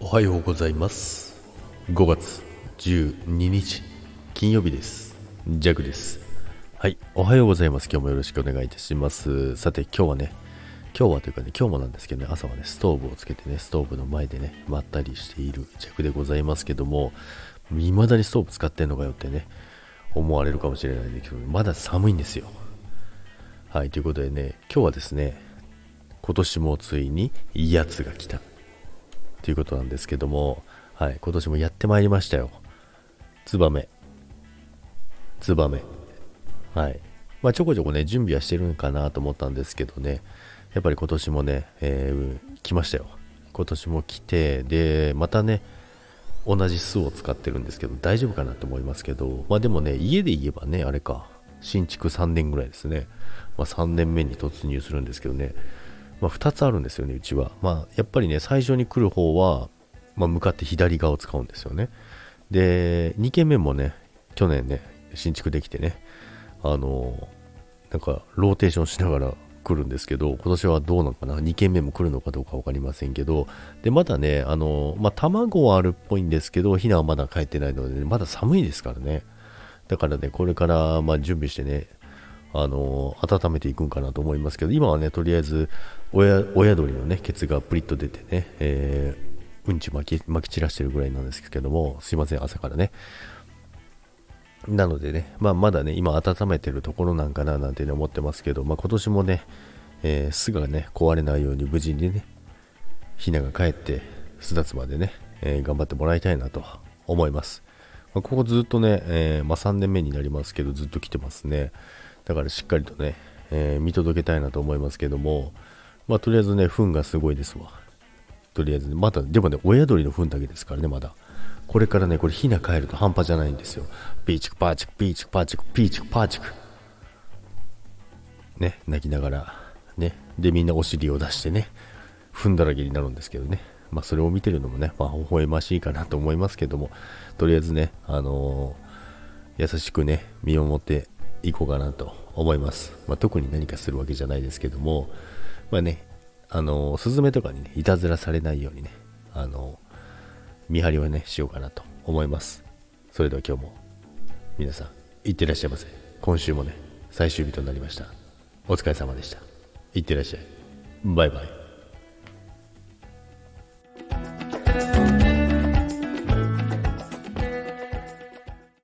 おはようございます。5月12日金曜日です。ジャグです。はい、おはようございます。今日もよろしくお願いいたします。さて今日もなんですけどね、朝はねストーブをつけてね、ストーブの前でねまったりしているジャグでございますけども、未だにストーブ使ってんのかよってね思われるかもしれないんだけど、まだ寒いんですよ。はい、ということでね、今日はですね、今年もついにいいやつが来たということなんですけども、はい、今年もやってまいりましたよ。ツバメ。はい。ちょこちょこね、準備はしてるんかなと思ったんですけどね、やっぱり今年もね、来ましたよ。今年も来て、で、またね、同じ巣を使ってるんですけど、大丈夫かなと思いますけど、でもね、家で言えばね、あれか、新築3年ぐらいですね。3年目に突入するんですけどね、2つあるんですよね、うちは。やっぱりね、最初に来る方は、向かって左側を使うんですよね。で、2軒目もね、去年ね、新築できてね、なんか、ローテーションしながら来るんですけど、今年はどうなのかな、2軒目も来るのかどうか分かりませんけど、で、まだね、卵はあるっぽいんですけど、ヒナはまだ帰ってないので、まだ寒いですからね。だからね、これから、準備してね、温めていくんかなと思いますけど、今はね、とりあえず親鳥のねケツがプリッと出てね、うんち巻き散らしてるぐらいなんですけども、すいません、朝からね。なのでね、まだね今温めてるところなんかななんて、ね、思ってますけど、今年もね、巣がね壊れないように無事にねヒナが帰って巣立つまでね、頑張ってもらいたいなと思います。ここずっとね、3年目になりますけど、ずっと来てますね。だからしっかりとね、見届けたいなと思いますけども、とりあえずね、糞がすごいですわ。とりあえずね、まだ、でもね、親鳥の糞だけですからね、まだ。これからね、これ、ヒナ帰ると半端じゃないんですよ。ピーチクパーチク、ピーチクパーチク、ピーチクパーチク。ね、泣きながら、ね、で、みんなお尻を出してね、糞だらけになるんですけどね。それを見てるのもね、微笑ましいかなと思いますけども、とりあえずね、優しくね、見守っていこうかなと思います。特に何かするわけじゃないですけども、スズメとかにね、いたずらされないようにね、見張りをね、しようかなと思います。それでは今日も、皆さん、いってらっしゃいませ。今週もね、最終日となりました。お疲れ様でした。いってらっしゃい。バイバイ。